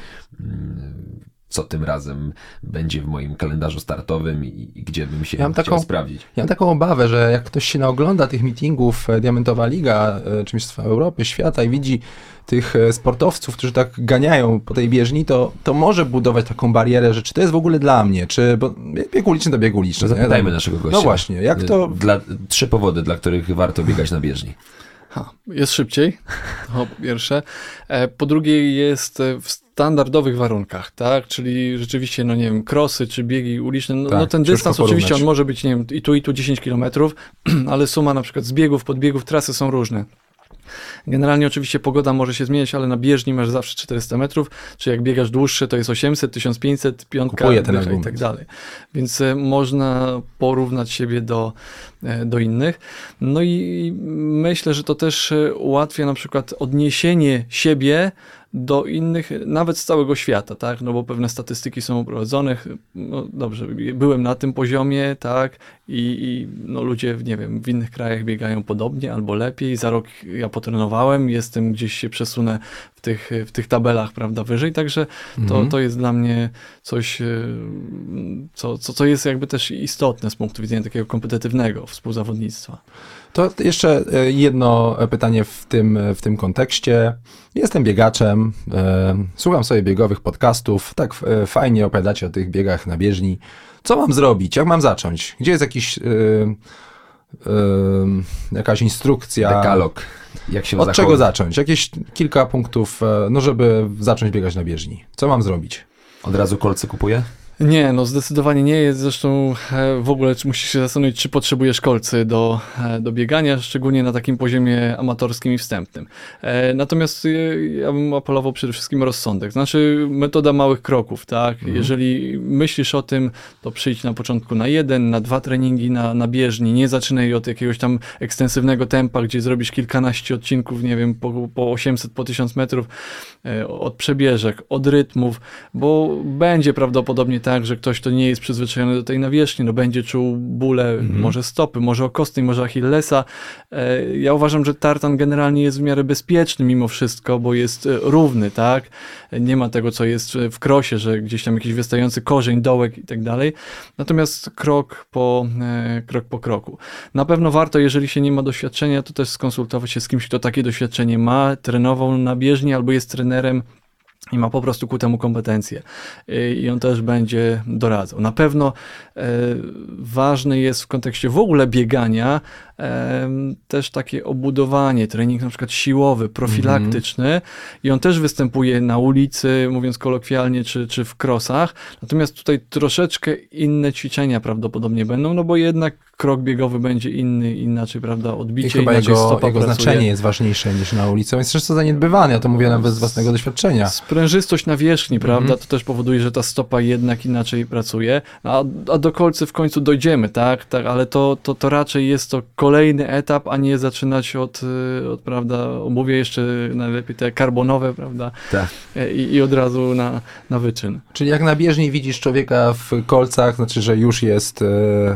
co tym razem będzie w moim kalendarzu startowym i, i gdzie bym się ja mam chciał taką, sprawdzić. Ja mam taką obawę, że jak ktoś się naogląda tych meetingów Diamentowa Liga, czy Mistrzostwa Europy, świata i widzi tych sportowców, którzy tak ganiają po tej bieżni, to, to może budować taką barierę, że czy to jest w ogóle dla mnie, czy bo bieg uliczny to bieg uliczny. No zapytajmy nie? naszego gościa. No właśnie, jak to... Dla, trzy powody, dla których warto biegać na bieżni. Ha, jest szybciej, to po pierwsze. Po drugie jest w standardowych warunkach, tak? Czyli rzeczywiście, no nie wiem, krosy czy biegi uliczne, no, tak, no ten dystans oczywiście porównać. on może być, nie wiem, i tu i tu dziesięć kilometrów, ale suma na przykład zbiegów, podbiegów, trasy są różne. Generalnie oczywiście pogoda może się zmieniać, ale na bieżni masz zawsze czterysta metrów, czy jak biegasz dłuższe, to jest osiemset, tysiąc pięćset, piątka dycha i tak dalej. Więc e, można porównać siebie do, e, do innych. No i myślę, że to też ułatwia na przykład odniesienie siebie do innych, nawet z całego świata, tak, no bo pewne statystyki są prowadzone, no dobrze, byłem na tym poziomie, tak, i, i no ludzie, nie wiem, w innych krajach biegają podobnie albo lepiej, za rok ja potrenowałem, jestem gdzieś się przesunę w tych, w tych tabelach, prawda, wyżej, także to, Mhm. to jest dla mnie coś, co, co, co jest jakby też istotne z punktu widzenia takiego kompetytywnego współzawodnictwa. To jeszcze jedno pytanie w tym, w tym kontekście. Jestem biegaczem, e, słucham sobie biegowych podcastów, tak e, fajnie opowiadacie o tych biegach na bieżni. Co mam zrobić? Jak mam zacząć? Gdzie jest jakiś, e, e, jakaś instrukcja? Dekalog. Jak się Od zachować? czego zacząć? Jakieś kilka punktów, e, no żeby zacząć biegać na bieżni. Co mam zrobić? Od razu kolce kupuję? Nie, no zdecydowanie nie jest. Zresztą e, w ogóle czy musisz się zastanowić, czy potrzebujesz kolcy do, e, do biegania, szczególnie na takim poziomie amatorskim i wstępnym. E, natomiast e, ja bym apelował przede wszystkim o rozsądek. Znaczy metoda małych kroków, tak? Mhm. Jeżeli myślisz o tym, to przyjdź na początku na jeden, na dwa treningi na, na bieżni. Nie zaczynaj od jakiegoś tam ekstensywnego tempa, gdzie zrobisz kilkanaście odcinków, nie wiem, po, po osiemset, po tysiąc metrów, e, od przebieżek, od rytmów, bo będzie prawdopodobnie tak, że ktoś, kto nie jest przyzwyczajony do tej nawierzchni, no będzie czuł bóle, mhm. może stopy, może okostnej, może Achillesa. Ja uważam, że tartan generalnie jest w miarę bezpieczny mimo wszystko, bo jest równy, tak? Nie ma tego, co jest w krosie, że gdzieś tam jakiś wystający korzeń, dołek i tak dalej. Natomiast krok po, krok po kroku. Na pewno warto, jeżeli się nie ma doświadczenia, to też skonsultować się z kimś, kto takie doświadczenie ma, trenował na bieżni albo jest trenerem i ma po prostu ku temu kompetencje i on też będzie doradzał. Na pewno e, ważne jest w kontekście w ogóle biegania e, też takie obudowanie, trening na przykład siłowy, profilaktyczny mm. i on też występuje na ulicy, mówiąc kolokwialnie, czy, czy w krosach. Natomiast tutaj troszeczkę inne ćwiczenia prawdopodobnie będą, no bo jednak krok biegowy będzie inny, inaczej, prawda, odbicie, I chyba inaczej jego, stopa jego pracuje. znaczenie jest ważniejsze niż na ulicy. On jest często zaniedbywany, ja to mówię nawet z własnego doświadczenia. Sprężystość nawierzchni, Mm-hmm. prawda, to też powoduje, że ta stopa jednak inaczej pracuje, a, a do kolcy w końcu dojdziemy, tak, tak, ale to, to, to raczej jest to kolejny etap, a nie zaczynać od, od prawda, obuwie jeszcze najlepiej te karbonowe, prawda, tak. I, i od razu na, na wyczyn. Czyli jak na bieżni widzisz człowieka w kolcach, znaczy, że już jest... E,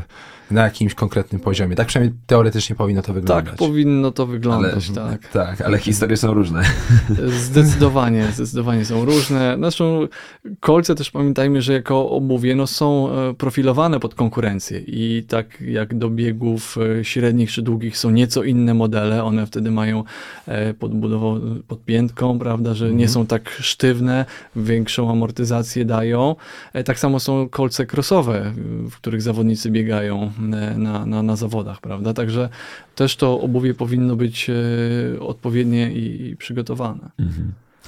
na jakimś konkretnym poziomie. Tak przynajmniej teoretycznie powinno to wyglądać. Tak powinno to wyglądać, ale, tak. Tak, ale historie są różne. Zdecydowanie, zdecydowanie są różne. Zresztą kolce też pamiętajmy, że jako obuwie no, są profilowane pod konkurencję i tak jak do biegów średnich czy długich są nieco inne modele, one wtedy mają podbudową pod piętką, prawda, że nie są tak sztywne, większą amortyzację dają. Tak samo są kolce crossowe, w których zawodnicy biegają na, na, na zawodach, prawda, także też to obuwie powinno być odpowiednie i, i przygotowane. Mhm.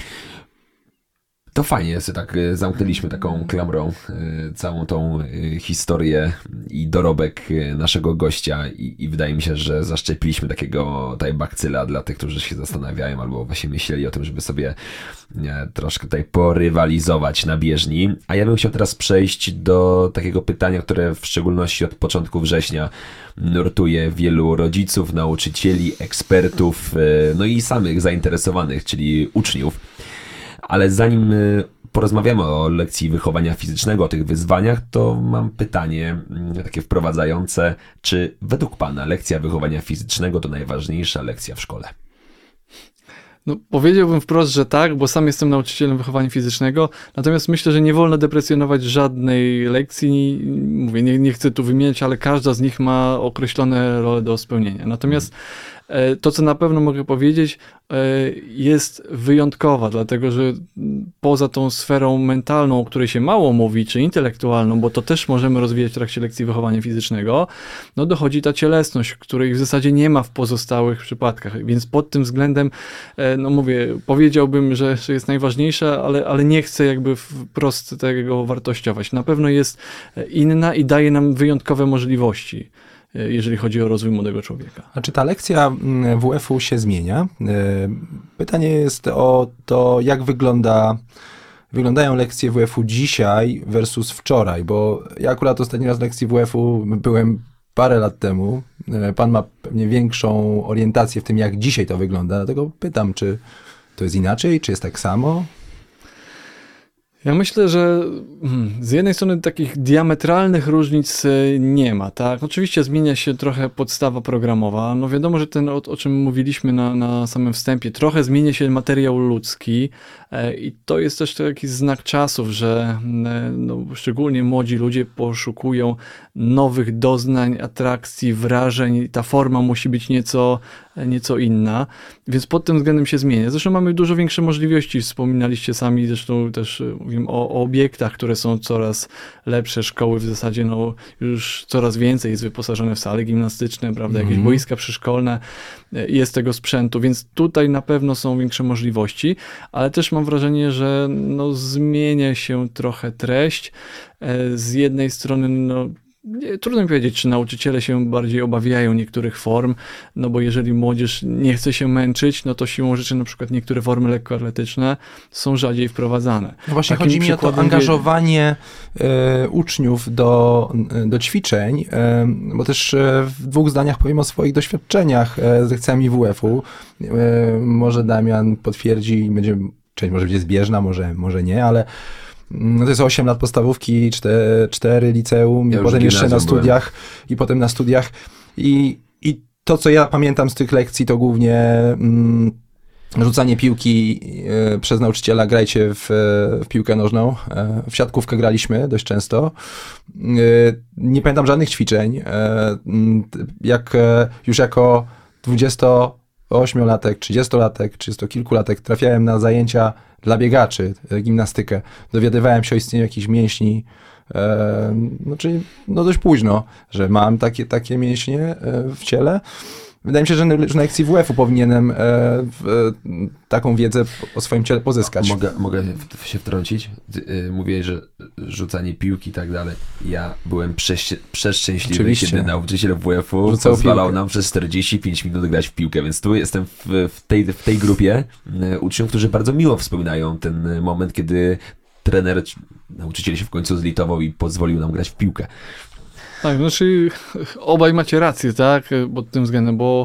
To fajnie, że tak zamknęliśmy taką klamrą całą tą historię i dorobek naszego gościa i, i wydaje mi się, że zaszczepiliśmy takiego tutaj bakcyla dla tych, którzy się zastanawiają albo właśnie myśleli o tym, żeby sobie nie, troszkę tutaj porywalizować na bieżni. A ja bym chciał teraz przejść do takiego pytania, które w szczególności od początku września nurtuje wielu rodziców, nauczycieli, ekspertów, no i samych zainteresowanych, czyli uczniów. Ale zanim porozmawiamy o lekcji wychowania fizycznego, o tych wyzwaniach, to mam pytanie takie wprowadzające. Czy według Pana lekcja wychowania fizycznego to najważniejsza lekcja w szkole? No, powiedziałbym wprost, że tak, bo sam jestem nauczycielem wychowania fizycznego, natomiast myślę, że nie wolno deprecjonować żadnej lekcji. Mówię, nie, nie chcę tu wymieniać, ale każda z nich ma określone role do spełnienia. Natomiast to, co na pewno mogę powiedzieć, jest wyjątkowa, dlatego że poza tą sferą mentalną, o której się mało mówi, czy intelektualną, bo to też możemy rozwijać w trakcie lekcji wychowania fizycznego, no dochodzi ta cielesność, której w zasadzie nie ma w pozostałych przypadkach, więc pod tym względem, no mówię, powiedziałbym, że jest najważniejsza, ale, ale nie chcę jakby wprost tego wartościować. Na pewno jest inna i daje nam wyjątkowe możliwości, jeżeli chodzi o rozwój młodego człowieka. A czy ta lekcja W F-u się zmienia? Pytanie jest o to, jak wygląda, wyglądają lekcje W F-u dzisiaj versus wczoraj, bo ja akurat ostatni raz w lekcji W F-u byłem parę lat temu. Pan ma pewnie większą orientację w tym, jak dzisiaj to wygląda, dlatego pytam, czy to jest inaczej, czy jest tak samo? Ja myślę, że z jednej strony takich diametralnych różnic nie ma, tak? Oczywiście zmienia się trochę podstawa programowa. No wiadomo, że ten, o, o czym mówiliśmy na, na samym wstępie, trochę zmienia się materiał ludzki i to jest też taki znak czasów, że no, szczególnie młodzi ludzie poszukują nowych doznań, atrakcji, wrażeń. Ta forma musi być nieco, nieco inna, więc pod tym względem się zmienia. Zresztą mamy dużo większe możliwości. Wspominaliście sami, zresztą też mówimy o, o obiektach, które są coraz lepsze. Szkoły w zasadzie no, już coraz więcej jest wyposażone w sale gimnastyczne, prawda, jakieś mm. boiska przyszkolne, jest tego sprzętu, więc tutaj na pewno są większe możliwości, ale też mam wrażenie, że no, zmienia się trochę treść. Z jednej strony no, Nie, trudno mi powiedzieć, czy nauczyciele się bardziej obawiają niektórych form, no bo jeżeli młodzież nie chce się męczyć, no to siłą rzeczy na przykład niektóre formy lekkoatletyczne są rzadziej wprowadzane. No właśnie Takim chodzi mi o to angażowanie e, uczniów do, do ćwiczeń, e, bo też e, w dwóch zdaniach powiem o swoich doświadczeniach e, z lekcjami W F-u. E, może Damian potwierdzi, będzie, część może będzie zbieżna, może, może nie, ale no to jest osiem lat podstawówki, cztery liceum, ja i potem jeszcze na studiach, byłem. i potem na studiach. I, I to, co ja pamiętam z tych lekcji, to głównie mm, rzucanie piłki y, przez nauczyciela, grajcie w, w piłkę nożną. Y, w siatkówkę graliśmy dość często. Y, nie pamiętam żadnych ćwiczeń. Y, jak y, już jako dwudziestoośmiolatek, trzydziestolatek, trzydziestokilkulatek trafiałem na zajęcia dla biegaczy, gimnastykę. Dowiadywałem się o istnieniu jakichś mięśni, e, no czyli no dość późno, że mam takie, takie mięśnie e, w ciele. Wydaje mi się, że na lekcji W F-u powinienem e, w, taką wiedzę o swoim ciele pozyskać. Mogę, mogę się wtrącić? Mówiłeś, że rzucanie piłki i tak dalej. Ja byłem prześ- przeszczęśliwy, Oczywiście. kiedy nauczyciel W F-u Rzucał pozwalał piłkę. nam przez czterdzieści pięć minut grać w piłkę, więc tu jestem w, w, tej, w tej grupie uczniów, którzy bardzo miło wspominają ten moment, kiedy trener, nauczyciel się w końcu zlitował i pozwolił nam grać w piłkę. Tak, znaczy obaj macie rację, tak, pod tym względem, bo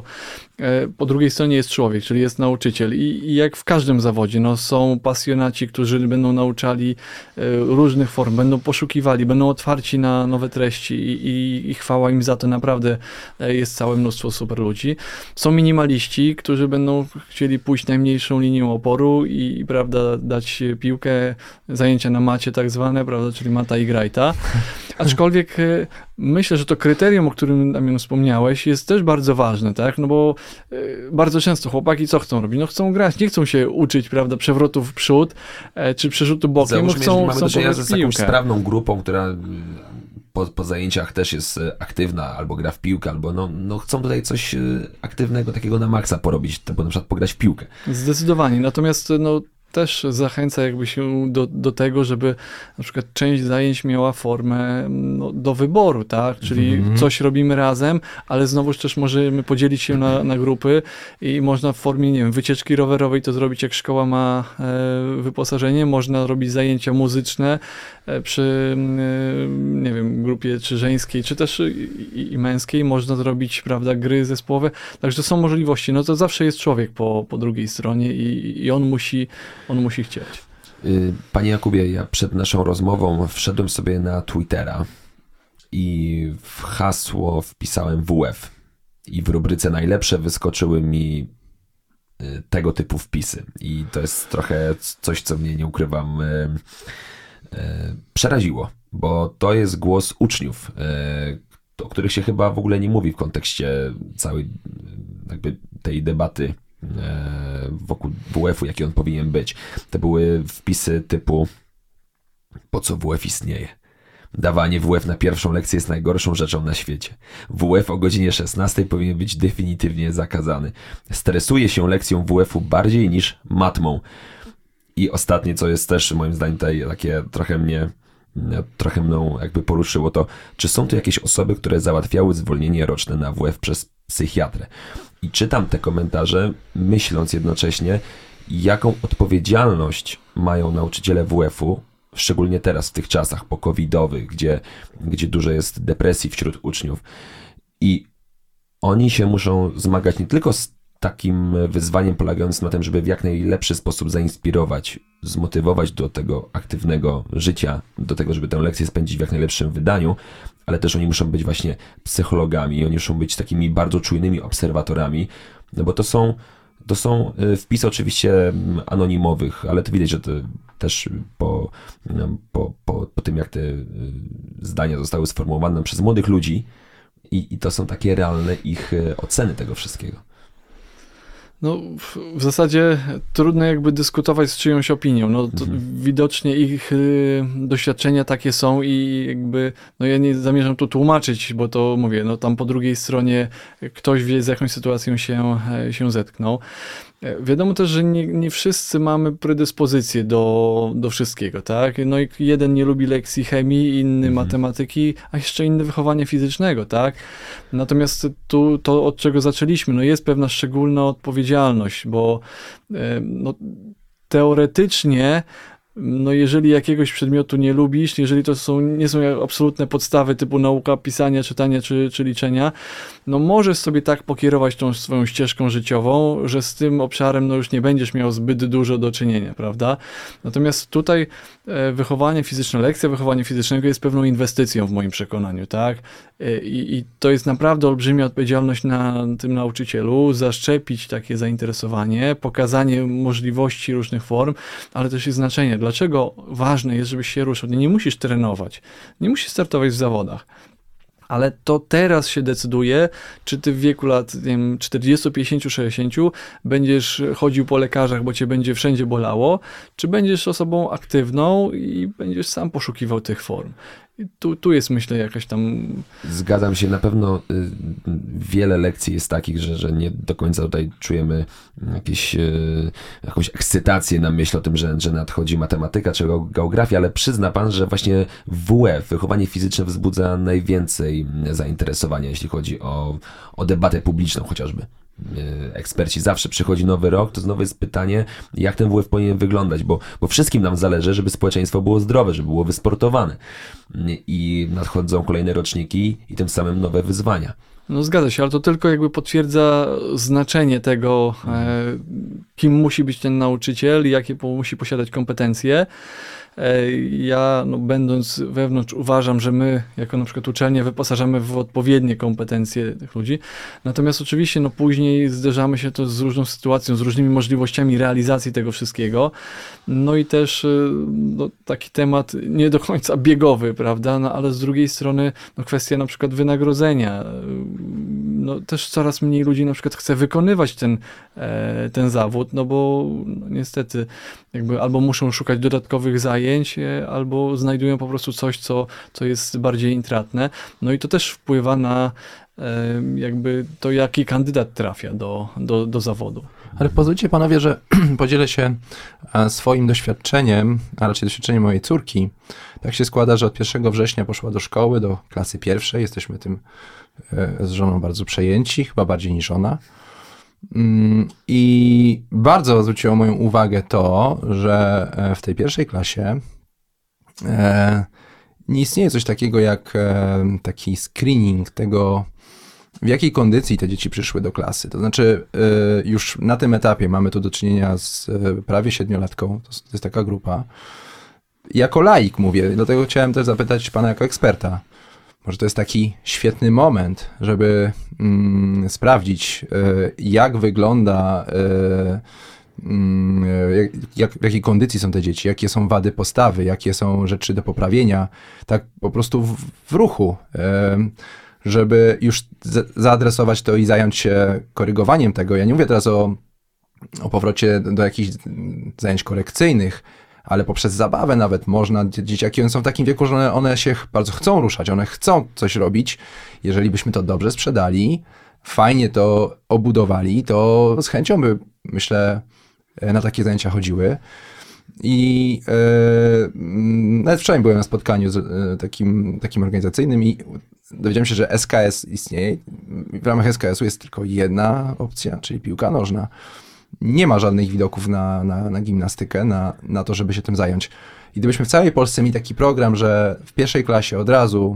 po drugiej stronie jest człowiek, czyli jest nauczyciel i, i jak w każdym zawodzie, no są pasjonaci, którzy będą nauczali różnych form, będą poszukiwali, będą otwarci na nowe treści i, i, i chwała im za to, naprawdę jest całe mnóstwo super ludzi. Są minimaliści, którzy będą chcieli pójść najmniejszą linią oporu i, i prawda, dać piłkę, zajęcia na macie tak zwane, prawda, czyli mata i grajta. Aczkolwiek myślę, że to kryterium, o którym, Damian, wspomniałeś, jest też bardzo ważne, tak? No bo y, bardzo często chłopaki co chcą robić? No chcą grać, nie chcą się uczyć, prawda, przewrotów w przód, e, czy przerzutu bokiem, Załóżmy, no chcą, że mamy chcą do czynienia z piłkę. jakąś sprawną grupą, która po, po zajęciach też jest aktywna, albo gra w piłkę, albo no, no chcą tutaj coś aktywnego, takiego na maksa porobić, albo na przykład pograć w piłkę. Zdecydowanie, natomiast no też zachęca jakby się do, do tego, żeby na przykład część zajęć miała formę no, do wyboru, tak? Czyli mm-hmm. coś robimy razem, ale znowuż też możemy podzielić się na, na grupy i można w formie, nie wiem, wycieczki rowerowej to zrobić, jak szkoła ma e, wyposażenie, można robić zajęcia muzyczne e, przy, e, nie wiem, grupie czy żeńskiej, czy też i, i męskiej, można zrobić, prawda, gry zespołowe, także są możliwości, no to zawsze jest człowiek po, po drugiej stronie i, i on musi On musi chcieć. Panie Jakubie, ja przed naszą rozmową wszedłem sobie na Twittera i w hasło wpisałem W F. I w rubryce najlepsze wyskoczyły mi tego typu wpisy. I to jest trochę coś, co mnie, nie ukrywam, przeraziło. Bo to jest głos uczniów, o których się chyba w ogóle nie mówi w kontekście całej jakby tej debaty wokół W F-u, jaki on powinien być. To były wpisy typu: po co W F istnieje? Dawanie W F na pierwszą lekcję jest najgorszą rzeczą na świecie. W F o godzinie szesnastej powinien być definitywnie zakazany. Stresuje się lekcją W F-u bardziej niż matmą. I ostatnie, co jest też moim zdaniem tutaj takie trochę mnie trochę mną jakby poruszyło, to czy są tu jakieś osoby, które załatwiały zwolnienie roczne na W F przez psychiatrę? I czytam te komentarze, myśląc jednocześnie, jaką odpowiedzialność mają nauczyciele W F-u, szczególnie teraz w tych czasach po-covidowych, gdzie, gdzie dużo jest depresji wśród uczniów. I oni się muszą zmagać nie tylko z takim wyzwaniem polegającym na tym, żeby w jak najlepszy sposób zainspirować, zmotywować do tego aktywnego życia, do tego, żeby tę lekcję spędzić w jak najlepszym wydaniu, ale też oni muszą być właśnie psychologami, oni muszą być takimi bardzo czujnymi obserwatorami, no bo to są, to są wpisy oczywiście anonimowych, ale to widać, że to też po, po, po, po tym, jak te zdania zostały sformułowane przez młodych ludzi i, i to są takie realne ich oceny tego wszystkiego. No, w zasadzie trudno jakby dyskutować z czyjąś opinią. No, to mhm. widocznie ich y, doświadczenia takie są i jakby, no ja nie zamierzam tu tłumaczyć, bo to mówię, no tam po drugiej stronie ktoś wie, z jakąś sytuacją się, się zetknął. Wiadomo też, że nie, nie wszyscy mamy predyspozycję do, do wszystkiego, tak? No i jeden nie lubi lekcji chemii, inny mhm. matematyki, a jeszcze inny wychowania fizycznego, tak? Natomiast tu to, od czego zaczęliśmy, no jest pewna szczególna odpowiedzialność, bo no, teoretycznie no jeżeli jakiegoś przedmiotu nie lubisz, jeżeli to są, nie są absolutne podstawy typu nauka pisania, czytania czy, czy liczenia, no możesz sobie tak pokierować tą swoją ścieżką życiową, że z tym obszarem no już nie będziesz miał zbyt dużo do czynienia, prawda? Natomiast tutaj e, wychowanie fizyczne, lekcja wychowania fizycznego jest pewną inwestycją w moim przekonaniu, tak? E, i, I to jest naprawdę olbrzymia odpowiedzialność na tym nauczycielu, zaszczepić takie zainteresowanie, pokazanie możliwości różnych form, ale też i znaczenie. Dlaczego ważne jest, żebyś się ruszał? Nie, nie musisz trenować, nie musisz startować w zawodach, ale to teraz się decyduje, czy ty w wieku lat nie wiem, czterdziestu, pięćdziesięciu, sześćdziesięciu będziesz chodził po lekarzach, bo cię będzie wszędzie bolało, czy będziesz osobą aktywną i będziesz sam poszukiwał tych form. I tu, tu jest, myślę, jakaś tam... Zgadzam się, na pewno y, wiele lekcji jest takich, że, że nie do końca tutaj czujemy jakieś, y, jakąś ekscytację na myśl o tym, że, że nadchodzi matematyka czy geografia, ale przyzna pan, że właśnie W F, wychowanie fizyczne, wzbudza najwięcej zainteresowania, jeśli chodzi o, o debatę publiczną chociażby. Eksperci, zawsze przychodzi nowy rok, to znowu jest pytanie, jak ten W F powinien wyglądać, bo, bo wszystkim nam zależy, żeby społeczeństwo było zdrowe, żeby było wysportowane i nadchodzą kolejne roczniki i tym samym nowe wyzwania. No zgadza się, ale to tylko jakby potwierdza znaczenie tego, e, kim musi być ten nauczyciel, jakie po, musi posiadać kompetencje. E, ja, no, będąc wewnątrz, uważam, że my, jako na przykład uczelnie, wyposażamy w odpowiednie kompetencje tych ludzi. Natomiast oczywiście, no, później zderzamy się to z różną sytuacją, z różnymi możliwościami realizacji tego wszystkiego. No i też no, taki temat nie do końca biegowy, prawda, no, ale z drugiej strony no, kwestia na przykład wynagrodzenia. No, też coraz mniej ludzi na przykład chce wykonywać ten, e, ten zawód, no bo no, niestety jakby albo muszą szukać dodatkowych zajęć, e, albo znajdują po prostu coś, co, co jest bardziej intratne. No i to też wpływa na e, jakby to, jaki kandydat trafia do, do, do zawodu. Ale pozwólcie panowie, że podzielę się swoim doświadczeniem, a raczej doświadczeniem mojej córki. Tak się składa, że od pierwszego września poszła do szkoły, do klasy pierwszej. Jesteśmy tym z żoną bardzo przejęci, chyba bardziej niż ona. I bardzo zwróciło moją uwagę to, że w tej pierwszej klasie nie istnieje coś takiego jak taki screening tego, w jakiej kondycji te dzieci przyszły do klasy. To znaczy już na tym etapie mamy tu do czynienia z prawie siedmiolatką, to jest taka grupa. Jako laik mówię, dlatego chciałem też zapytać pana jako eksperta. Może to jest taki świetny moment, żeby mm, sprawdzić, y, jak wygląda, y, y, jak, w jakiej kondycji są te dzieci, jakie są wady postawy, jakie są rzeczy do poprawienia, tak po prostu w, w ruchu, y, żeby już z, zaadresować to i zająć się korygowaniem tego. Ja nie mówię teraz o, o powrocie do jakichś zajęć korekcyjnych, ale poprzez zabawę nawet można, dzieciaki one są w takim wieku, że one, one się bardzo chcą ruszać, one chcą coś robić. Jeżeli byśmy to dobrze sprzedali, fajnie to obudowali, to z chęcią by, myślę, na takie zajęcia chodziły. I yy, nawet wczoraj byłem na spotkaniu z, yy, takim, takim organizacyjnym i dowiedziałem się, że S K S istnieje. W ramach S K S-u jest tylko jedna opcja, czyli piłka nożna. Nie ma żadnych widoków na, na, na gimnastykę, na, na to, żeby się tym zająć. I gdybyśmy w całej Polsce mieli taki program, że w pierwszej klasie od razu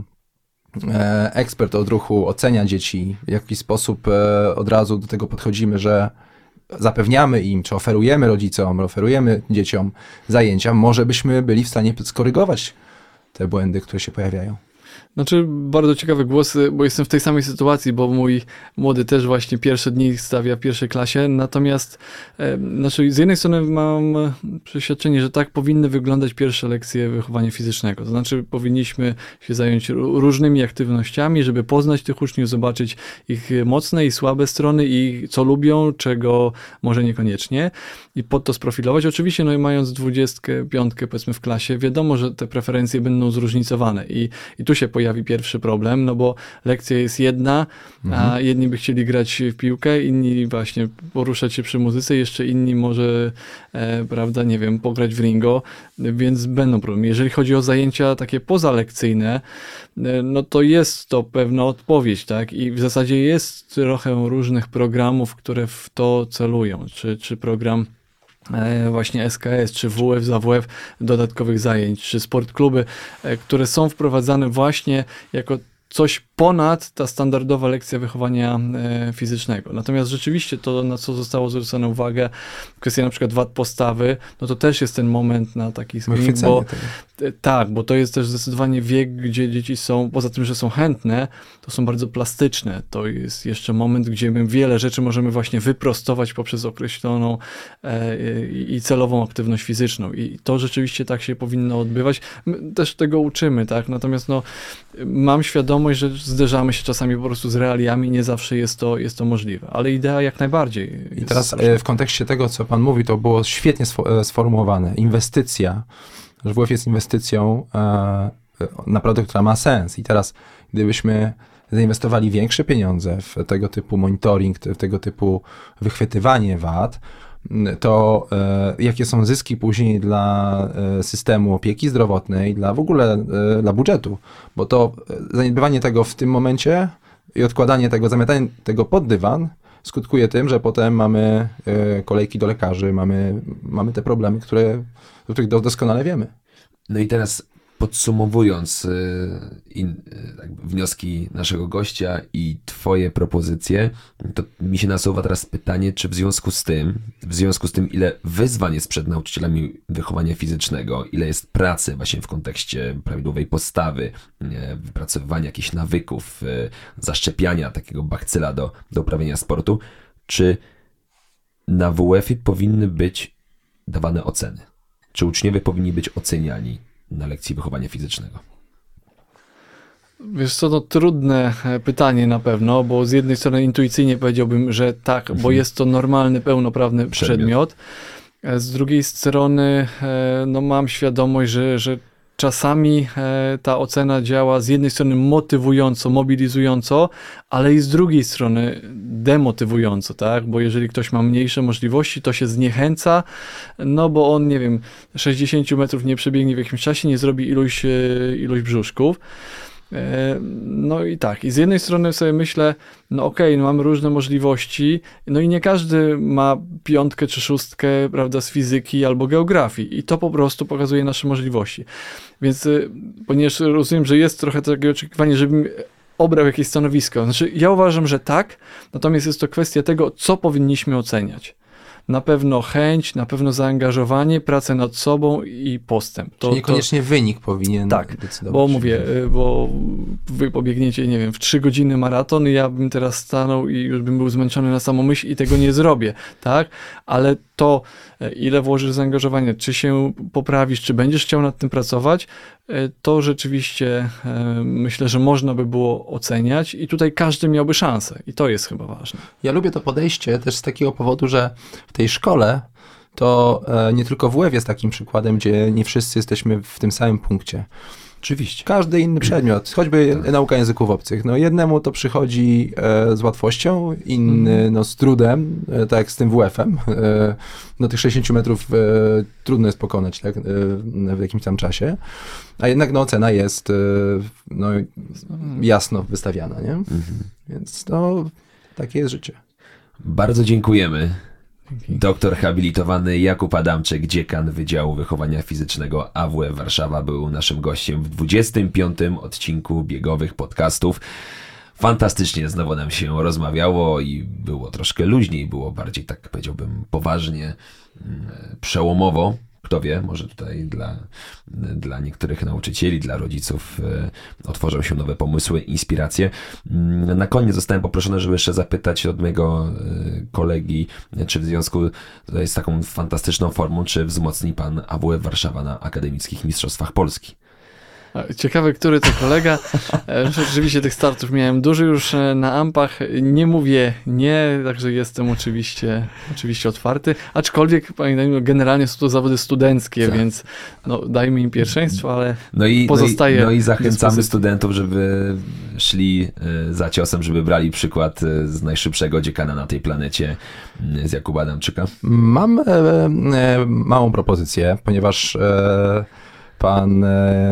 e, ekspert od ruchu ocenia dzieci, w jaki sposób e, od razu do tego podchodzimy, że zapewniamy im, czy oferujemy rodzicom, oferujemy dzieciom zajęcia, może byśmy byli w stanie skorygować te błędy, które się pojawiają. Znaczy, bardzo ciekawe głosy, bo jestem w tej samej sytuacji, bo mój młody też właśnie pierwsze dni stawia w pierwszej klasie, natomiast e, znaczy z jednej strony mam przeświadczenie, że tak powinny wyglądać pierwsze lekcje wychowania fizycznego, to znaczy powinniśmy się zająć różnymi aktywnościami, żeby poznać tych uczniów, zobaczyć ich mocne i słabe strony i co lubią, czego może niekoniecznie i pod to sprofilować. Oczywiście, no i mając dwudziestkę piątkę powiedzmy w klasie, wiadomo, że te preferencje będą zróżnicowane i, i tu się pojawi pierwszy problem, no bo lekcja jest jedna, mhm. a jedni by chcieli grać w piłkę, inni właśnie poruszać się przy muzyce, jeszcze inni może, e, prawda, nie wiem, pograć w Ringo, więc będą problemy. Jeżeli chodzi o zajęcia takie pozalekcyjne, e, no to jest to pewna odpowiedź, tak, i w zasadzie jest trochę różnych programów, które w to celują, czy, czy program właśnie S K S, czy W F, Z W F, dodatkowych zajęć, czy sportkluby, które są wprowadzane właśnie jako coś ponad ta standardowa lekcja wychowania e, fizycznego. Natomiast rzeczywiście to, na co zostało zwrócone uwagę, kwestia na przykład wad postawy, no to też jest ten moment na taki screening, bo e, tak, bo to jest też zdecydowanie wiek, gdzie dzieci są, poza tym, że są chętne, to są bardzo plastyczne. To jest jeszcze moment, gdzie my wiele rzeczy możemy właśnie wyprostować poprzez określoną e, i celową aktywność fizyczną. I to rzeczywiście tak się powinno odbywać. My też tego uczymy, tak? Natomiast no, mam świadomość, że zderzamy się czasami po prostu z realiami, nie zawsze jest to, jest to możliwe, ale idea jak najbardziej. I teraz straszna. W kontekście tego, co pan mówi, to było świetnie sformułowane. Inwestycja, że W F jest inwestycją e, naprawdę, która ma sens. I teraz, gdybyśmy zainwestowali większe pieniądze w tego typu monitoring, w tego typu wychwytywanie wad, to e, jakie są zyski później dla e, systemu opieki zdrowotnej, dla w ogóle e, dla budżetu, bo to zaniedbywanie tego w tym momencie i odkładanie tego, zamiatanie tego pod dywan skutkuje tym, że potem mamy e, kolejki do lekarzy, mamy, mamy te problemy, które, o których doskonale wiemy. No i teraz Podsumowując in, jakby wnioski naszego gościa i twoje propozycje, to mi się nasuwa teraz pytanie, czy w związku z tym, w związku z tym, ile wyzwań jest przed nauczycielami wychowania fizycznego, ile jest pracy właśnie w kontekście prawidłowej postawy, wypracowywania jakichś nawyków, zaszczepiania takiego bakcyla do, do uprawiania sportu, czy na W F-ie powinny być dawane oceny? Czy uczniowie powinni być oceniani na lekcji wychowania fizycznego? Wiesz co, to trudne pytanie na pewno, bo z jednej strony intuicyjnie powiedziałbym, że tak, bo jest to normalny, pełnoprawny przedmiot. przedmiot. Z drugiej strony no mam świadomość, że, że czasami ta ocena działa z jednej strony motywująco, mobilizująco, ale i z drugiej strony demotywująco, tak? Bo jeżeli ktoś ma mniejsze możliwości, to się zniechęca, no bo on, nie wiem, sześćdziesiąt metrów nie przebiegnie w jakimś czasie, nie zrobi iluś, iluś brzuszków. No i tak, i z jednej strony sobie myślę, no okej, okay, no mamy różne możliwości, no i nie każdy ma piątkę czy szóstkę, prawda, z fizyki albo geografii i to po prostu pokazuje nasze możliwości. Więc ponieważ rozumiem, że jest trochę takie oczekiwanie, żebym obrał jakieś stanowisko, znaczy ja uważam, że tak, natomiast jest to kwestia tego, co powinniśmy oceniać. Na pewno chęć, na pewno zaangażowanie, pracę nad sobą i postęp. To, Czyli niekoniecznie to... wynik powinien tak, decydować. Bo mówię, bo wy pobiegniecie, nie wiem, w trzy godziny maraton i ja bym teraz stanął i już bym był zmęczony na samą myśl i tego nie zrobię, tak? Ale to, ile włożysz zaangażowania, czy się poprawisz, czy będziesz chciał nad tym pracować, to rzeczywiście myślę, że można by było oceniać i tutaj każdy miałby szansę i to jest chyba ważne. Ja lubię to podejście też z takiego powodu, że w tej szkole to nie tylko W F jest takim przykładem, gdzie nie wszyscy jesteśmy w tym samym punkcie. Oczywiście. Każdy inny przedmiot, choćby tak. nauka języków obcych. No jednemu to przychodzi e, z łatwością, inny mm. no, z trudem, e, tak jak z tym W F-em. E, no tych sześćdziesiąt metrów e, trudno jest pokonać tak, e, w jakimś tam czasie. A jednak no, ocena jest e, no, jasno wystawiana, nie? Mm-hmm. Więc no, takie jest życie. Bardzo dziękujemy. Doktor habilitowany Jakub Adamczyk, dziekan Wydziału Wychowania Fizycznego A W F Warszawa, był naszym gościem w dwudziestym piątym odcinku biegowych podcastów. Fantastycznie znowu nam się rozmawiało i było troszkę luźniej, było bardziej, tak powiedziałbym, poważnie, przełomowo. Kto wie, może tutaj dla, dla niektórych nauczycieli, dla rodziców e, otworzą się nowe pomysły, inspiracje. Na koniec zostałem poproszony, żeby jeszcze zapytać od mojego e, kolegi, czy w związku z taką fantastyczną formą, czy wzmocni pan A W F Warszawa na Akademickich Mistrzostwach Polski? Ciekawe, który to kolega. Rzeczywiście tych startów miałem dużo już na Ampach. Nie mówię nie, także jestem oczywiście, oczywiście otwarty. Aczkolwiek pamiętajmy, generalnie są to zawody studenckie, tak. Więc no, dajmy im pierwszeństwo, ale no i, pozostaje... No i, no i zachęcamy studentów, żeby szli za ciosem, żeby brali przykład z najszybszego dziekana na tej planecie, z Jakuba Adamczyka. Mam e, e, małą propozycję, ponieważ... E, Pan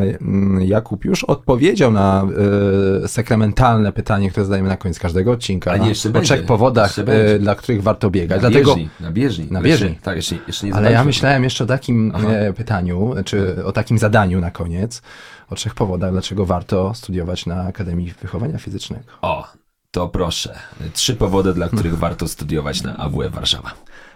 Jakub już odpowiedział na y, sakramentalne pytanie, które zadajemy na koniec każdego odcinka. A nie, jeszcze o będzie. trzech powodach, y, dla których warto biegać. Na Dlatego, bieżni. Na bieżni. Na bieżni. Jeszcze, tak, jeszcze, jeszcze nie Ale ja zadaliśmy. myślałem jeszcze o takim e, pytaniu, czy o takim zadaniu na koniec, o trzech powodach, dlaczego warto studiować na Akademii Wychowania Fizycznego. O, to proszę. Trzy powody, dla których warto studiować na A W F Warszawa.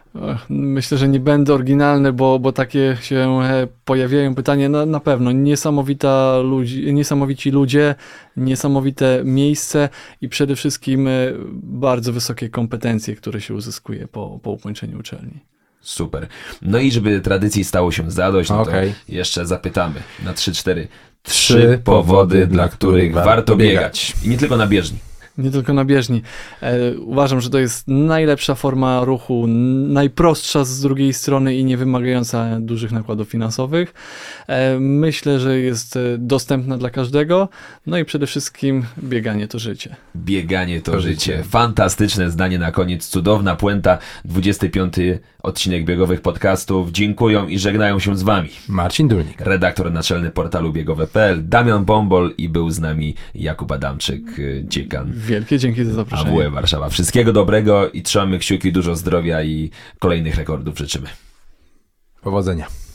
Myślę, że nie będę oryginalny, bo, bo takie się pojawiają pytania. Na, na pewno niesamowita ludzi, niesamowici ludzie, niesamowite miejsce i przede wszystkim bardzo wysokie kompetencje, które się uzyskuje po, po ukończeniu uczelni. Super. No i żeby tradycji stało się zadość, no okay. to jeszcze zapytamy na trzy cztery. Trzy powody, dla których warto biegać. I nie tylko na bieżni. Nie tylko na bieżni. E, uważam, że to jest najlepsza forma ruchu, najprostsza z drugiej strony i nie wymagająca dużych nakładów finansowych. E, myślę, że jest dostępna dla każdego. No i przede wszystkim bieganie to życie. Bieganie to, to życie. życie. Fantastyczne zdanie na koniec, cudowna puenta. dwudziesty piąty odcinek biegowych podcastów. Dziękują i żegnają się z wami Marcin Dulnik, redaktor naczelny portalu biegowe kropka p l, Damian Bombol i był z nami Jakub Adamczyk, dziekan. Wielkie dzięki za zaproszenie. A W F Warszawa. Wszystkiego dobrego i trzymamy kciuki, dużo zdrowia i kolejnych rekordów życzymy. Powodzenia.